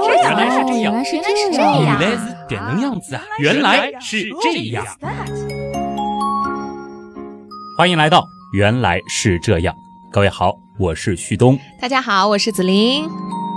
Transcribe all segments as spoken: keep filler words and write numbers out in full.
原来是这样， 原来是这样， 原来是这样子啊，原来是这样。欢迎来到原来是这样，各位好，我是旭东。 大家好，我是子琳。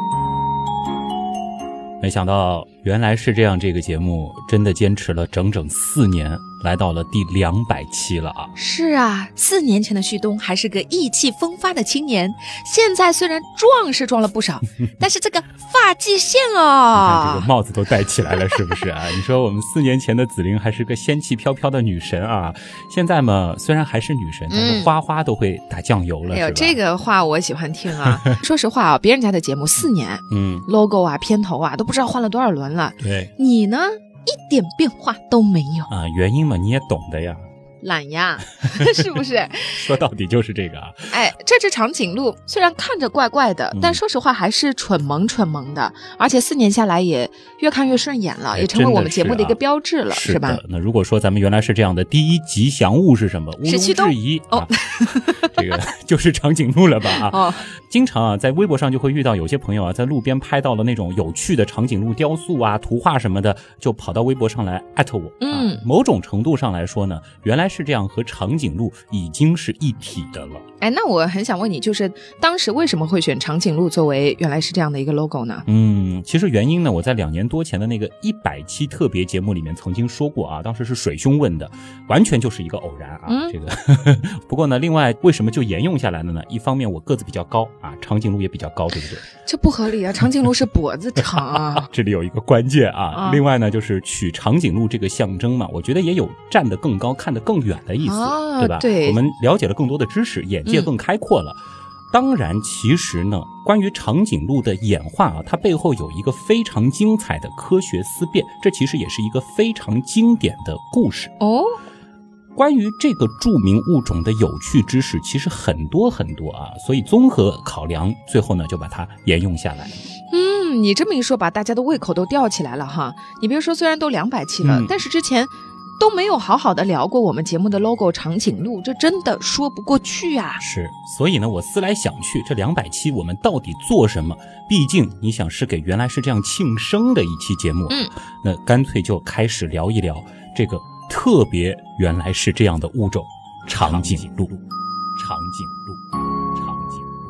没想到原来是这样，这个节目真的坚持了整整四年，来到了第两百期了啊！ 是啊，四年前的旭东还是个意气风发的青年，现在虽然壮是壮了不少，但是这个发际线哦， 你看这个帽子都戴起来了，是不是啊？你说我们四年前的子琳还是个仙气飘飘的女神啊，现在嘛，虽然还是女神，但是花花都会打酱油了。 哎呦，这个话我喜欢听啊！说实话啊，别人家的节目四年，嗯 ，logo 啊、片头啊，都不知道换了多少轮了。 对， 你呢？一点变化都没有啊！原因嘛，你也懂的呀， 懒呀，是不是？ 说到底就是这个啊！ 哎，这只长颈鹿虽然看着怪怪的，嗯、但说实话还是蠢萌蠢萌的，而且四年下来也越看越顺眼了， 哎、 也成为我们节目的一个标志了， 是,、啊、 是吧？ 那如果说咱们原来是这样的，第一吉祥物是什么？毋庸置疑哦、 啊，这个就是长颈鹿了吧？啊， 哦、 经常啊，在微博上就会遇到有些朋友啊，在路边拍到了那种有趣的长颈鹿雕塑啊、图画什么的，就跑到微博上来艾特我。 嗯、 啊，某种程度上来说呢，原来是这样和长颈鹿已经是一体的了。 哎，那我很想问你，就是当时为什么会选长颈鹿作为原来是这样的一个 logo 呢？ 嗯，其实原因呢，我在两年多前的那个一百期特别节目里面曾经说过啊，当时是水兄问的，完全就是一个偶然啊。嗯、这个呵呵不过呢，另外为什么就沿用下来了呢？一方面我个子比较高啊，长颈鹿也比较高，对不对？ 这不合理啊，长颈鹿是脖子长啊。 这里有一个关键啊， 啊另外呢，就是取长颈鹿这个象征嘛，我觉得也有站得更高、看得更远的意思， 啊、 对吧？ 对， 我们了解了更多的知识，眼界更开阔了。嗯当然，其实呢，关于长颈鹿的演化啊，它背后有一个非常精彩的科学思辨，这其实也是一个非常经典的故事哦。 关于这个著名物种的有趣知识，其实很多很多啊，所以综合考量，最后呢就把它沿用下来。 嗯，你这么一说，把大家的胃口都吊起来了哈。你别说，虽然都两百期了，嗯、但是之前都没有好好的聊过我们节目的 logo 长颈鹿，这真的说不过去啊。 是，所以呢，我思来想去，这两百期我们到底做什么？毕竟你想是给原来是这样庆生的一期节目， 嗯，那干脆就开始聊一聊这个特别原来是这样的物种——长颈鹿。长颈鹿，长颈鹿。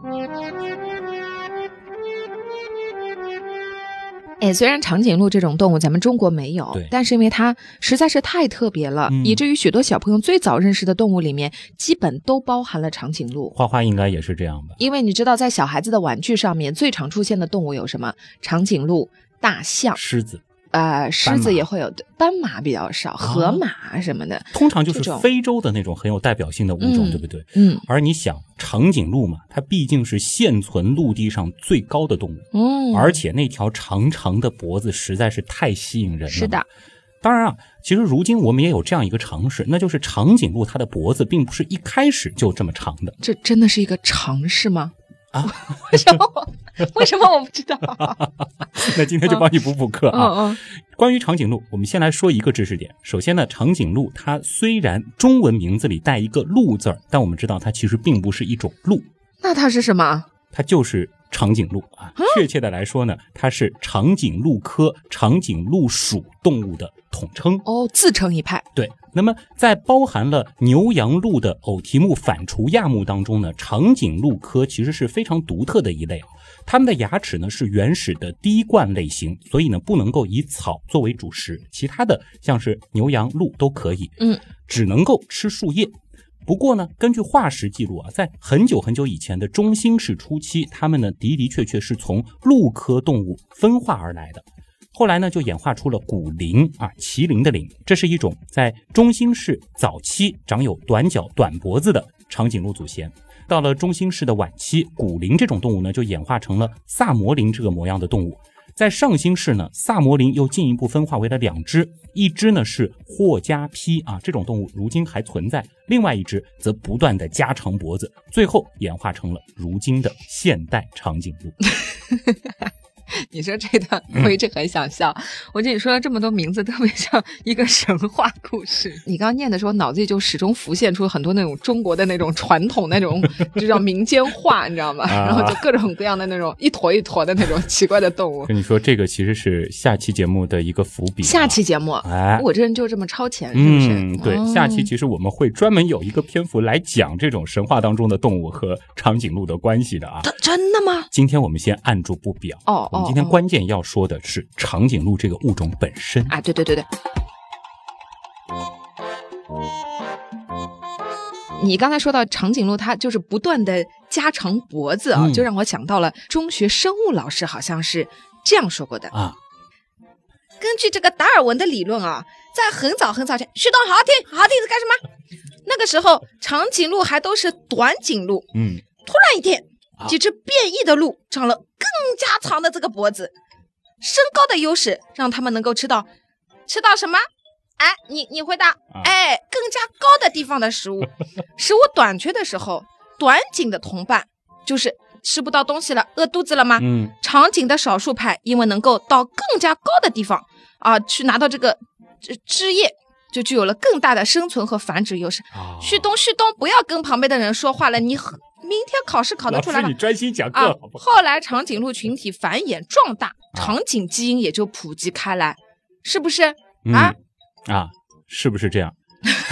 哎，虽然长颈鹿这种动物咱们中国没有，但是因为它实在是太特别了，嗯、以至于许多小朋友最早认识的动物里面，基本都包含了长颈鹿。 花花应该也是这样吧？ 因为你知道，在小孩子的玩具上面，最常出现的动物有什么？长颈鹿、大象、 狮子。 呃，狮子也会有，斑马比较少，河马什么的， 哦、通常就是非洲的那种很有代表性的物种， 嗯、 对不对？ 嗯。 而你想，长颈鹿嘛，它毕竟是现存陆地上最高的动物， 嗯， 而且那条长长的脖子实在是太吸引人了。 是的。 当然啊，其实如今我们也有这样一个常识，那就是长颈鹿它的脖子并不是一开始就这么长的。 这真的是一个常识吗？ 啊， 为什么？为什么我不知道？ 那今天就帮你补补课啊。 嗯嗯。 关于长颈鹿，我们先来说一个知识点。首先呢，长颈鹿它虽然中文名字里带一个鹿字儿，但我们知道它其实并不是一种鹿。 那它是什么？ 它就是长颈鹿啊。确切的来说呢，它是长颈鹿科长颈鹿属动物的统称。 哦，自成一派。 对。那么在包含了牛羊鹿的偶蹄目反刍亚目当中呢，长颈鹿科其实是非常独特的一类。它们的牙齿呢是原始的滴冠类型，所以呢不能够以草作为主食，其他的像是牛羊鹿都可以， 嗯， 只能够吃树叶。不过呢，根据化石记录啊，在很久很久以前的中兴世初期，它们呢的的确确是从鹿科动物分化而来的。后来呢，就演化出了古羚啊，麒麟的麟，这是一种在中兴世早期长有短脚、短脖子的长颈鹿祖先。到了中兴世的晚期，古羚这种动物呢，就演化成了萨摩羚这个模样的动物。在上兴世呢，萨摩羚又进一步分化为了两只，一只呢是霍加披啊，这种动物如今还存在，另外一只则不断的加长脖子，最后演化成了如今的现代长颈鹿。 你说这段我一直很想笑、嗯、我觉得你说了这么多名字特别像一个神话故事。你刚刚念的时候脑子里就始终浮现出很多那种中国的那种传统那种就叫民间话你知道吗、啊、然后就各种各样的那种一坨一坨的那种奇怪的动物。 跟你说这个其实是下期节目的一个伏笔、啊、 下期节目哎，我这人就这么超前是不是？ 嗯，对、哦、下期其实我们会专门有一个篇幅来讲这种神话当中的动物和长颈鹿的关系的啊。 真的吗？ 今天我们先按住不表哦， 我们今天关键要说的是长颈鹿这个物种本身啊，对对对对。你刚才说到长颈鹿它就是不断的加长脖子啊、嗯，就让我想到了中学生物老师好像是这样说过的啊。 根据这个达尔文的理论啊，在很早很早前，旭东好好听好好听是干什么？那个时候长颈鹿还都是短颈鹿， 嗯， 突然一天几只变异的鹿长了更加长的这个脖子，身高的优势让他们能够吃到吃到什么？哎，你你回答，哎，更加高的地方的食物。食物短缺的时候，短颈的同伴就是吃不到东西了，饿肚子了吗？ 嗯， 长颈的少数派因为能够到更加高的地方啊，去拿到这个枝叶，就具有了更大的生存和繁殖优势。 哦、 旭东，旭东，不要跟旁边的人说话了，你明天考试考得出来吗？ 老师，你专心讲课、 啊、 好不好？ 后来长颈鹿群体繁衍壮大，长颈基因也就普及开来，是不是、 嗯、 啊？ 啊，是不是这样？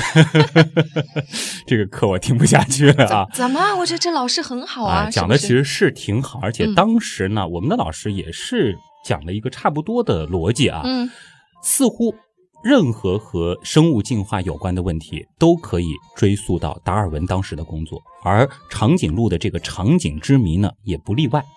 这个课我听不下去了啊！ 怎么？我觉得这老师很好啊， 啊讲的其实是挺好，而且当时呢、嗯，我们的老师也是讲了一个差不多的逻辑啊。 嗯， 似乎任何和生物进化有关的问题都可以追溯到达尔文当时的工作，而长颈鹿的这个长颈之谜呢，也不例外。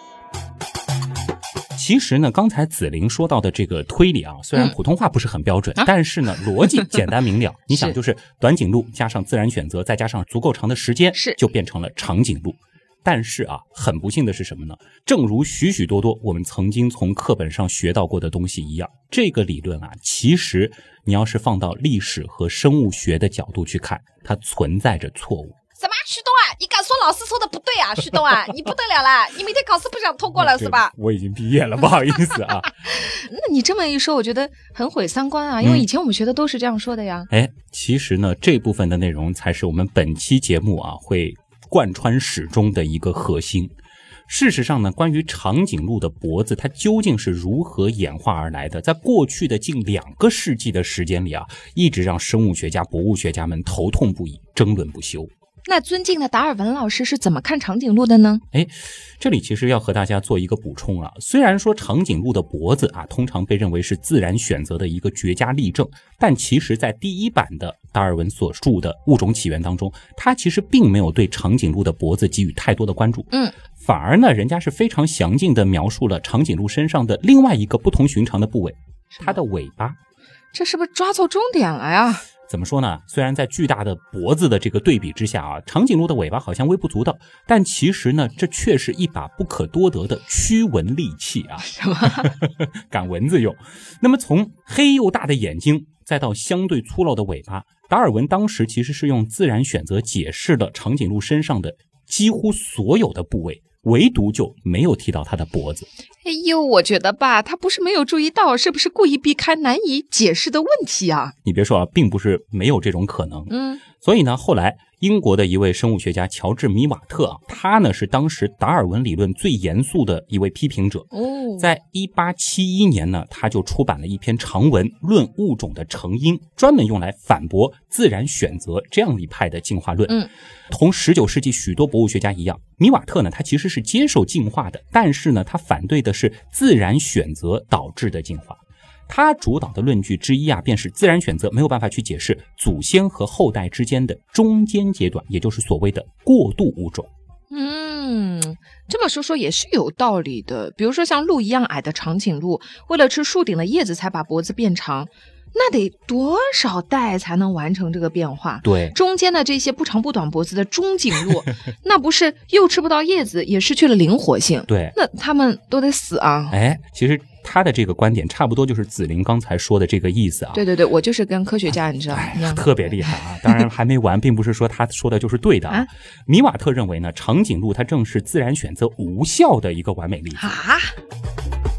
其实呢，刚才子玲说到的这个推理啊，虽然普通话不是很标准，嗯、但是呢，逻辑简单明了。你想，就是短颈鹿加上自然选择，再加上足够长的时间， 是就变成了长颈鹿。但是啊，很不幸的是什么呢？正如许许多多我们曾经从课本上学到过的东西一样，这个理论啊，其实你要是放到历史和生物学的角度去看，它存在着错误。 什么？旭东啊，你敢说老师说的不对啊？旭东啊，你不得了了，你明天考试不想通过了是吧？ 我已经毕业了，不好意思啊。 那你这么一说，我觉得很毁三观啊，因为以前我们学的都是这样说的呀。 哎、嗯，其实呢，这部分的内容才是我们本期节目啊会贯穿始终的一个核心。事实上呢，关于长颈鹿的脖子它究竟是如何演化而来的，在过去的近两个世纪的时间里啊，一直让生物学家、博物学家们头痛不已，争论不休。 那尊敬的达尔文老师是怎么看长颈鹿的呢？ 哎，这里其实要和大家做一个补充啊。虽然说长颈鹿的脖子啊，通常被认为是自然选择的一个绝佳例证，但其实在第一版的达尔文所著的《物种起源》当中，他其实并没有对长颈鹿的脖子给予太多的关注。 嗯， 反而呢，人家是非常详尽地描述了长颈鹿身上的另外一个不同寻常的部位，它的尾巴。 这是不是抓错重点了呀？ 怎么说呢？虽然在巨大的脖子的这个对比之下啊，长颈鹿的尾巴好像微不足道，但其实呢，这却是一把不可多得的驱蚊利器啊！ 什么？ 赶蚊子用。那么从黑又大的眼睛，再到相对粗陋的尾巴，达尔文当时其实是用自然选择解释了长颈鹿身上的几乎所有的部位，唯独就没有提到它的脖子。 哎呦，我觉得吧，他不是没有注意到，是不是故意避开难以解释的问题啊？ 你别说啊，并不是没有这种可能。 嗯， 所以呢，后来英国的一位生物学家乔治·米瓦特啊，他呢是当时达尔文理论最严肃的一位批评者。 哦， 在一八七一年呢，他就出版了一篇长文《论物种的成因》，专门用来反驳自然选择这样一派的进化论。 嗯， 同十九世纪许多博物学家一样，米瓦特呢，他其实是接受进化的，但是呢，他反对的是自然选择导致的进化。他主导的论据之一啊，便是自然选择没有办法去解释祖先和后代之间的中间阶段，也就是所谓的过渡物种。 嗯，这么说说也是有道理的。比如说像鹿一样矮的长颈鹿，为了吃树顶的叶子才把脖子变长，那得多少代才能完成这个变化？ 对， 中间的这些不长不短脖子的中颈鹿，那不是又吃不到叶子，也失去了灵活性。 对， 那他们都得死啊！ 哎，其实他的这个观点差不多就是子玲刚才说的这个意思啊。 对对对，我就是跟科学家，你知道吗？ 特别厉害啊！当然还没完，并不是说他说的就是对的啊。米瓦特认为呢，长颈鹿它正是自然选择无效的一个完美例子。 啊！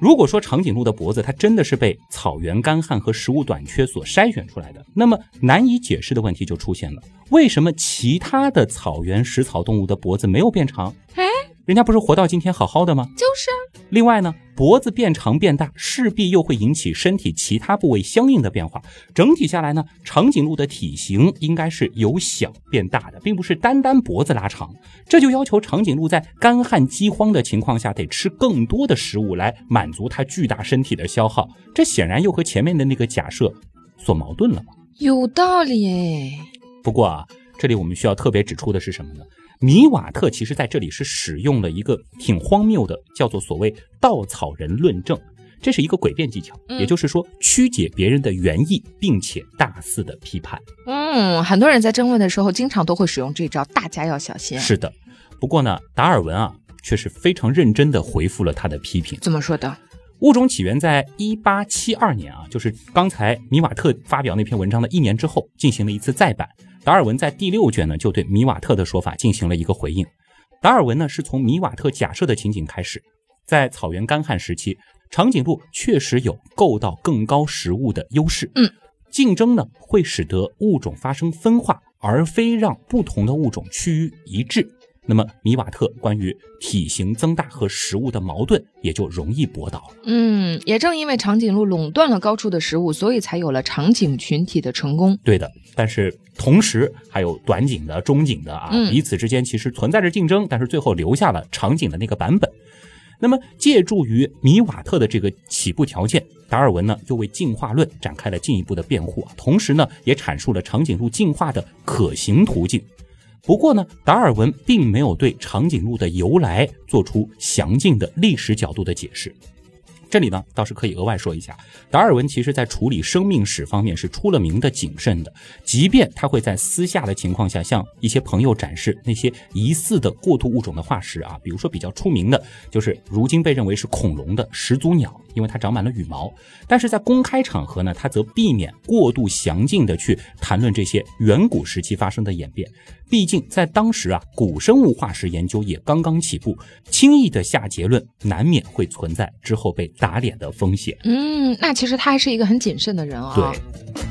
如果说长颈鹿的脖子它真的是被草原干旱和食物短缺所筛选出来的，那么难以解释的问题就出现了，为什么其他的草原食草动物的脖子没有变长？ 哎， 人家不是活到今天好好的吗？ 就是啊。 另外呢，脖子变长变大势必又会引起身体其他部位相应的变化，整体下来呢，长颈鹿的体型应该是由小变大的，并不是单单脖子拉长。这就要求长颈鹿在干旱饥荒的情况下得吃更多的食物来满足它巨大身体的消耗，这显然又和前面的那个假设所矛盾了吧？ 有道理诶。 不过啊，这里我们需要特别指出的是什么呢？米瓦特其实在这里是使用了一个挺荒谬的叫做所谓稻草人论证，这是一个诡辩技巧， 嗯、 也就是说曲解别人的原意并且大肆的批判。 嗯，很多人在争论的时候经常都会使用这招，大家要小心。 是的，不过呢，达尔文啊却是非常认真的回复了他的批评。 怎么说的？ 物种起源在一八七二年啊，就是刚才米瓦特发表那篇文章的一年之后进行了一次再版。达尔文在第六卷呢就对米瓦特的说法进行了一个回应。达尔文呢是从米瓦特假设的情景开始，在草原干旱时期，长颈鹿确实有够到更高食物的优势。 嗯， 竞争呢会使得物种发生分化，而非让不同的物种趋于一致。那么米瓦特关于体型增大和食物的矛盾也就容易驳倒了。 嗯，也正因为长颈鹿垄断了高处的食物，所以才有了长颈群体的成功。 对的，但是同时还有短颈的、中颈的啊， 嗯、 彼此之间其实存在着竞争，但是最后留下了长颈的那个版本。那么借助于米瓦特的这个起步条件，达尔文呢又为进化论展开了进一步的辩护，同时呢也阐述了长颈鹿进化的可行途径。不过呢，达尔文并没有对长颈鹿的由来做出详尽的历史角度的解释。这里呢倒是可以额外说一下，达尔文其实在处理生命史方面是出了名的谨慎的，即便他会在私下的情况下向一些朋友展示那些疑似的过渡物种的化石啊，比如说比较出名的就是如今被认为是恐龙的始祖鸟，因为它长满了羽毛，但是在公开场合呢，他则避免过度详尽的去谈论这些远古时期发生的演变。毕竟在当时啊，古生物化石研究也刚刚起步，轻易的下结论难免会存在之后被打脸的风险。 嗯，那其实他还是一个很谨慎的人啊、哦。 对。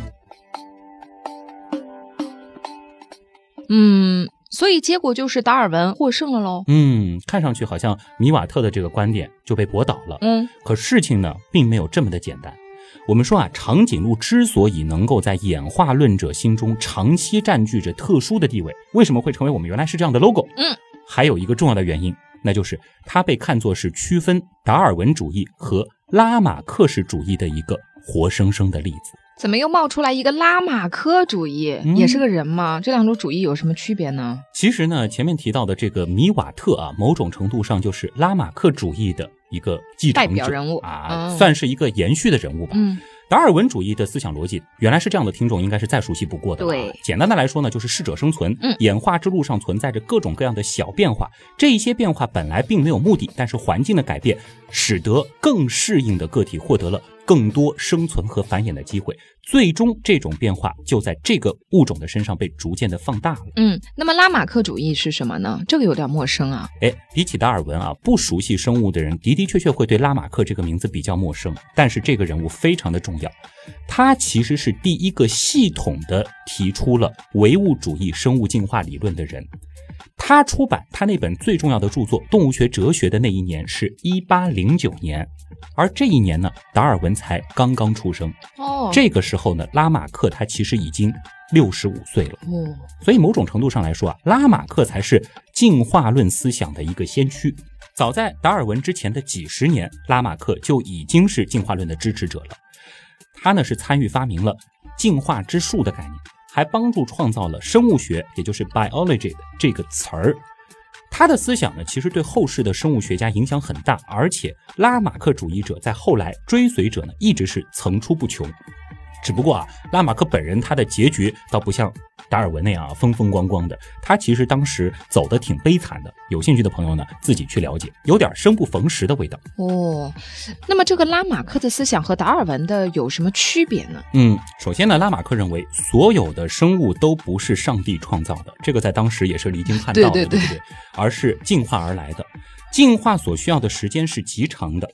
嗯，所以结果就是达尔文获胜了咯。 嗯，看上去好像米瓦特的这个观点就被驳倒了。 嗯， 可事情呢并没有这么的简单。我们说啊，长颈鹿之所以能够在演化论者心中长期占据着特殊的地位，为什么会成为我们原来是这样的 logo？ 嗯， 还有一个重要的原因，那就是它被看作是区分达尔文主义和拉马克式主义的一个活生生的例子。 怎么又冒出来一个拉马克主义、嗯、也是个人吗？这两种主义有什么区别呢？ 其实呢，前面提到的这个米瓦特啊，某种程度上就是拉马克主义的一个继承者， 代表人物啊、 嗯， 算是一个延续的人物吧。 嗯， 达尔文主义的思想逻辑原来是这样的，听众应该是再熟悉不过的。 对， 简单的来说呢，就是适者生存。 嗯， 演化之路上存在着各种各样的小变化，这一些变化本来并没有目的，但是环境的改变使得更适应的个体获得了更多生存和繁衍的机会，最终这种变化就在这个物种的身上被逐渐的放大了。 嗯，那么拉马克主义是什么呢？这个有点陌生啊。 哎，比起达尔文啊，不熟悉生物的人的的确确会对拉马克这个名字比较陌生，但是这个人物非常的重要，他其实是第一个系统的提出了唯物主义生物进化理论的人。他出版他那本最重要的著作《动物学哲学》的那一年是一八零九年，而这一年呢，达尔文才刚刚出生。 哦， 这个时候呢，拉马克他其实已经六十五岁了。 哦， 所以某种程度上来说啊，拉马克才是进化论思想的一个先驱。早在达尔文之前的几十年，拉马克就已经是进化论的支持者了。他呢是参与发明了进化之树的概念，还帮助创造了生物学，也就是 biology 的这个词儿。他的思想呢，其实对后世的生物学家影响很大，而且拉马克主义者在后来追随者呢，一直是层出不穷。只不过啊，拉马克本人他的结局倒不像达尔文那样啊风风光光的，他其实当时走得挺悲惨的。有兴趣的朋友呢，自己去了解，有点生不逢时的味道。 哦，那么这个拉马克的思想和达尔文的有什么区别呢？ 嗯，首先呢，拉马克认为所有的生物都不是上帝创造的，这个在当时也是离经叛道的， 对对 对, 对不对？而是进化而来的。进化所需要的时间是极长的，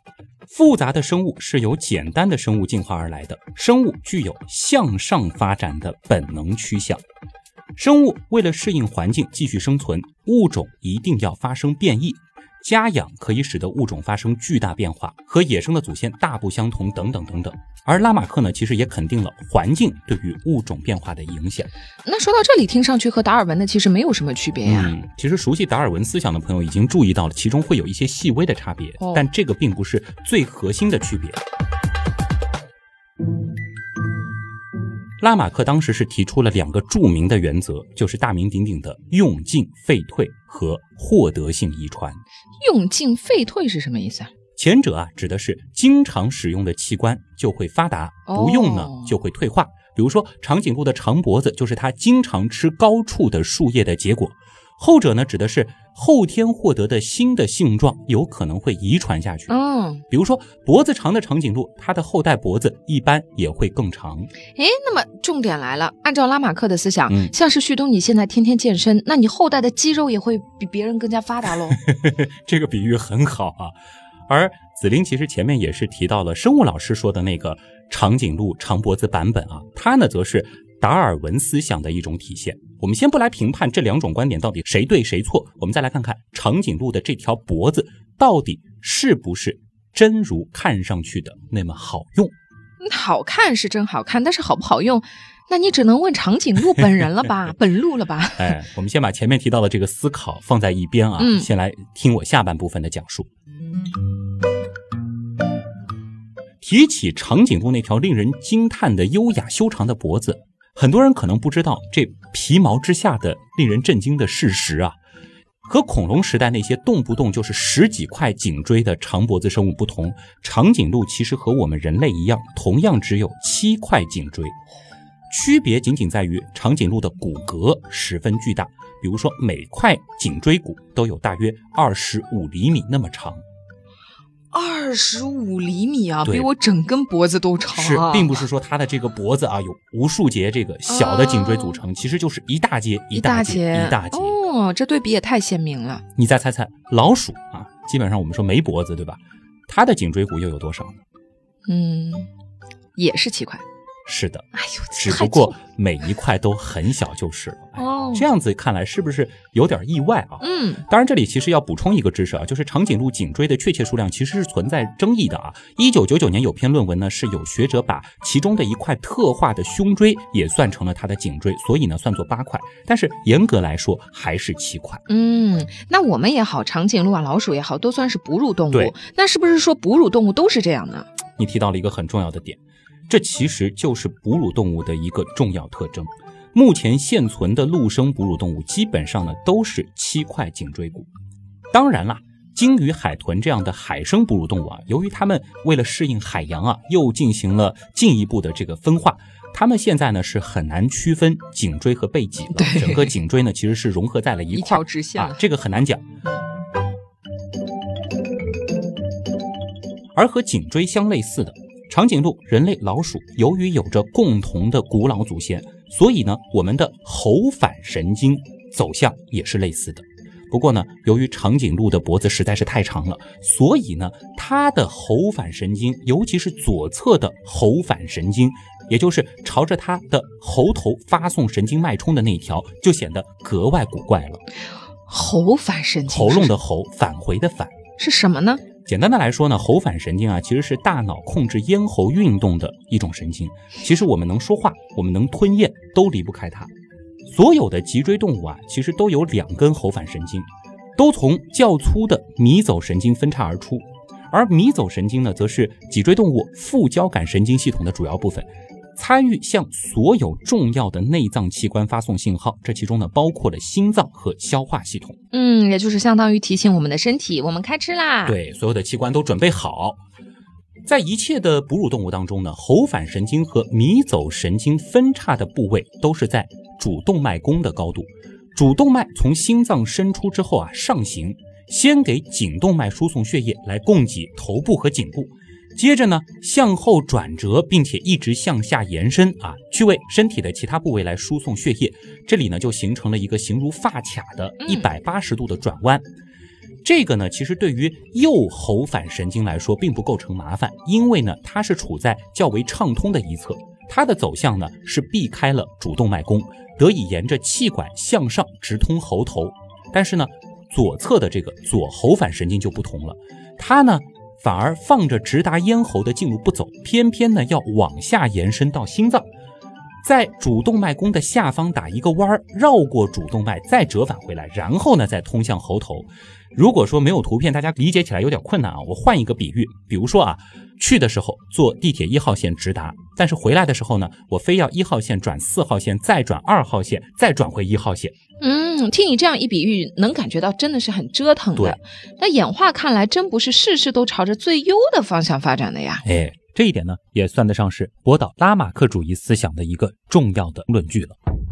复杂的生物是由简单的生物进化而来的，生物具有向上发展的本能趋向。生物为了适应环境继续生存，物种一定要发生变异。家养可以使得物种发生巨大变化，和野生的祖先大不相同，等等等等。而拉马克呢，其实也肯定了环境对于物种变化的影响。 那说到这里，听上去和达尔文的其实没有什么区别呀。 嗯，其实熟悉达尔文思想的朋友已经注意到了，其中会有一些细微的差别，哦、但这个并不是最核心的区别。拉马克当时是提出了两个著名的原则，就是大名鼎鼎的用进废退和获得性遗传。 用进废退是什么意思啊？ 前者啊，指的是经常使用的器官就会发达，不用呢就会退化。哦、比如说长颈鹿的长脖子就是它经常吃高处的树叶的结果。后者呢，指的是后天获得的新的性状有可能会遗传下去。 嗯， 比如说脖子长的长颈鹿，它的后代脖子一般也会更长。 诶，那么重点来了，按照拉马克的思想， 嗯、 像是旭东你现在天天健身，那你后代的肌肉也会比别人更加发达咯。 这个比喻很好啊。而子菱其实前面也是提到了生物老师说的那个长颈鹿长脖子版本啊，它呢则是达尔文思想的一种体现。我们先不来评判这两种观点到底谁对谁错，我们再来看看长颈鹿的这条脖子到底是不是真如看上去的那么好用。 好看是真好看，但是好不好用，那你只能问长颈鹿本人了吧本鹿了吧。 哎，我们先把前面提到的这个思考放在一边啊， 嗯、 先来听我下半部分的讲述。提起长颈鹿那条令人惊叹的优雅修长的脖子，很多人可能不知道这皮毛之下的令人震惊的事实啊。和恐龙时代那些动不动就是十几块颈椎的长脖子生物不同，长颈鹿其实和我们人类一样，同样只有七块颈椎。区别仅仅在于长颈鹿的骨骼十分巨大，比如说每块颈椎骨都有大约二十五厘米那么长。 二十五厘米啊，比我整根脖子都长啊！ 是，并不是说它的这个脖子啊有无数节这个小的颈椎组成，啊、其实就是一大节一大节一大节。 哦，这对比也太鲜明了。 你再猜猜，老鼠啊，基本上我们说没脖子对吧？它的颈椎骨又有多少呢？ 嗯，也是七块。 是的， 哎呦， 只不过每一块都很小就是了。 哦， 这样子看来是不是有点意外啊？ 嗯， 当然这里其实要补充一个知识啊，就是长颈鹿颈椎的确切数量其实是存在争议的啊。一九九九年有篇论文呢，是有学者把其中的一块特化的胸椎也算成了它的颈椎，所以呢算作八块，但是严格来说还是七块。 嗯，那我们也好，长颈鹿啊、老鼠也好，都算是哺乳动物。 对， 那是不是说哺乳动物都是这样呢？ 你提到了一个很重要的点。这其实就是哺乳动物的一个重要特征。目前现存的陆生哺乳动物基本上呢都是七块颈椎骨。当然啦，鲸鱼、海豚这样的海生哺乳动物啊，由于它们为了适应海洋啊，又进行了进一步的这个分化，它们现在呢是很难区分颈椎和背脊的，整个颈椎呢其实是融合在了一块， 一条直线、 啊，这个很难讲。而和颈椎相类似的长颈鹿、人类、老鼠，由于有着共同的古老祖先，所以呢，我们的喉返神经走向也是类似的。不过呢，由于长颈鹿的脖子实在是太长了，所以呢，它的喉返神经，尤其是左侧的喉返神经，也就是朝着它的喉头发送神经脉冲的那一条，就显得格外古怪了。 喉返神经， 喉咙的喉，返回的返， 是什么呢？ 简单的来说呢，喉返神经啊，其实是大脑控制咽喉运动的一种神经。其实我们能说话，我们能吞咽，都离不开它。所有的脊椎动物啊，其实都有两根喉返神经，都从较粗的迷走神经分叉而出。而迷走神经呢，则是脊椎动物副交感神经系统的主要部分，参与向所有重要的内脏器官发送信号，这其中呢包括了心脏和消化系统。 嗯，也就是相当于提醒我们的身体，我们开吃啦。 对，所有的器官都准备好。在一切的哺乳动物当中呢，喉返神经和迷走神经分叉的部位都是在主动脉弓的高度。主动脉从心脏伸出之后啊，上行，先给颈动脉输送血液来供给头部和颈部。接着呢，向后转折，并且一直向下延伸啊，去为身体的其他部位来输送血液。这里呢，就形成了一个形如发卡的一百八十度的转弯。嗯、 这个呢，其实对于右喉返神经来说并不构成麻烦，因为呢，它是处在较为畅通的一侧，它的走向呢是避开了主动脉弓，得以沿着气管向上直通喉头。但是呢，左侧的这个左喉返神经就不同了，它呢反而放着直达咽喉的径路不走，偏偏呢要往下延伸到心脏，在主动脉弓的下方打一个弯，绕过主动脉再折返回来，然后呢再通向喉头。如果说没有图片，大家理解起来有点困难啊，我换一个比喻，比如说啊，去的时候坐地铁一号线直达，但是回来的时候呢，我非要一号线转四号线，再转二号线，再转回一号线。 嗯，听你这样一比喻，能感觉到真的是很折腾的。 对， 那演化看来真不是事事都朝着最优的方向发展的呀。 哎，这一点呢，也算得上是驳倒拉马克主义思想的一个重要的论据了。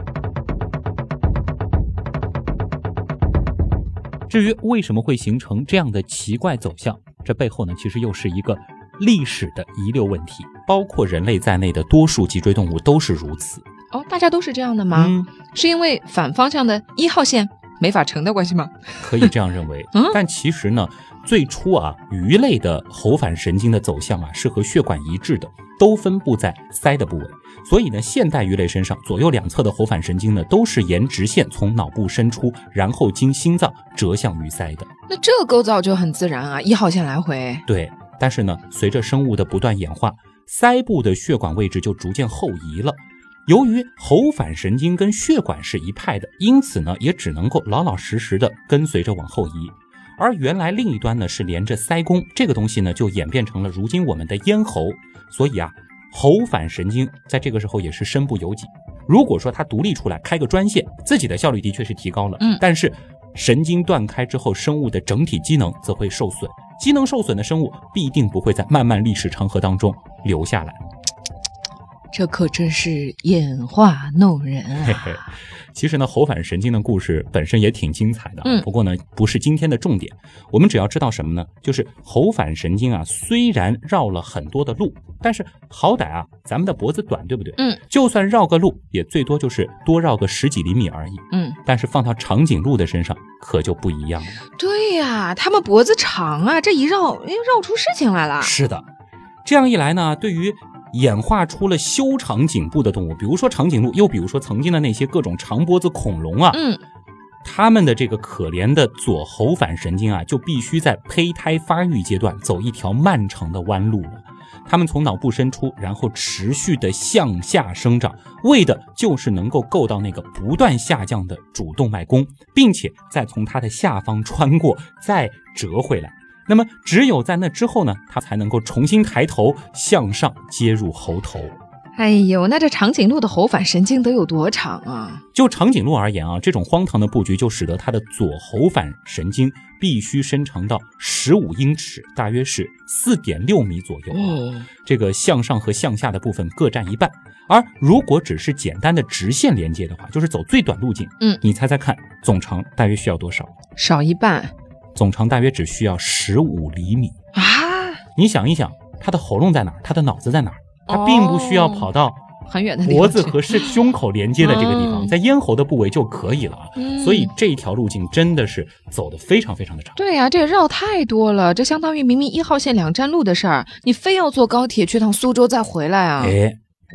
至于为什么会形成这样的奇怪走向，这背后呢，其实又是一个历史的遗留问题，包括人类在内的多数脊椎动物都是如此。 哦，大家都是这样的吗？嗯，是因为反方向的一号线没法成的关系吗？ 可以这样认为。嗯，但其实呢，最初啊，鱼类的喉返神经的走向啊，是和血管一致的，都分布在鳃的部位。所以呢，现代鱼类身上左右两侧的喉返神经呢，都是沿直线从脑部伸出，然后经心脏折向鱼鳃的。 那这个构造就很自然啊，一号线来回。 对，但是呢，随着生物的不断演化，鳃部的血管位置就逐渐后移了。由于喉返神经跟血管是一派的，因此呢，也只能够老老实实的跟随着往后移。而原来另一端呢是连着鳃弓，这个东西呢就演变成了如今我们的咽喉。所以啊，喉返神经在这个时候也是身不由己。如果说它独立出来开个专线，自己的效率的确是提高了，嗯，但是神经断开之后，生物的整体机能则会受损。机能受损的生物必定不会在漫漫历史长河当中留下来。 这可真是演化弄人啊！ 嘿嘿，其实呢，喉返神经的故事本身也挺精彩的，嗯，不过呢，不是今天的重点。我们只要知道什么呢？就是喉返神经啊，虽然绕了很多的路，但是好歹啊，咱们的脖子短，对不对？嗯，就算绕个路，也最多就是多绕个十几厘米而已。嗯，但是放到长颈鹿的身上，可就不一样了。 对呀，它们脖子长啊，这一绕，哎，绕出事情来了。 是的，这样一来呢，对于演化出了修长颈部的动物，比如说长颈鹿，又比如说曾经的那些各种长脖子恐龙啊，嗯，它们的这个可怜的左喉返神经啊，就必须在胚胎发育阶段走一条漫长的弯路了。它们从脑部伸出，然后持续的向下生长，为的就是能够够到那个不断下降的主动脉弓，并且再从它的下方穿过，再折回来。那么只有在那之后呢，它才能够重新抬头向上接入喉头。 哎呦，那这长颈鹿的喉返神经得有多长啊？ 就长颈鹿而言啊，这种荒唐的布局就使得它的左喉返神经必须伸长到十五英尺，大约是 四点六米左右。哦，这个向上和向下的部分各占一半。而如果只是简单的直线连接的话，就是走最短路径，嗯，你猜猜看，总长大约需要多少？ 少一半。 总长大约只需要十五厘米啊！ 你想一想，他的喉咙在哪儿？他的脑子在哪儿？他并不需要跑到很远的地方， 脖子和胸口连接的这个地方，在咽喉的部位就可以了啊。嗯，所以这一条路径真的是走得非常非常的长。 对呀，这个绕太多了，这相当于明明一号线两站路的事儿，你非要坐高铁去趟苏州再回来啊！ 哎。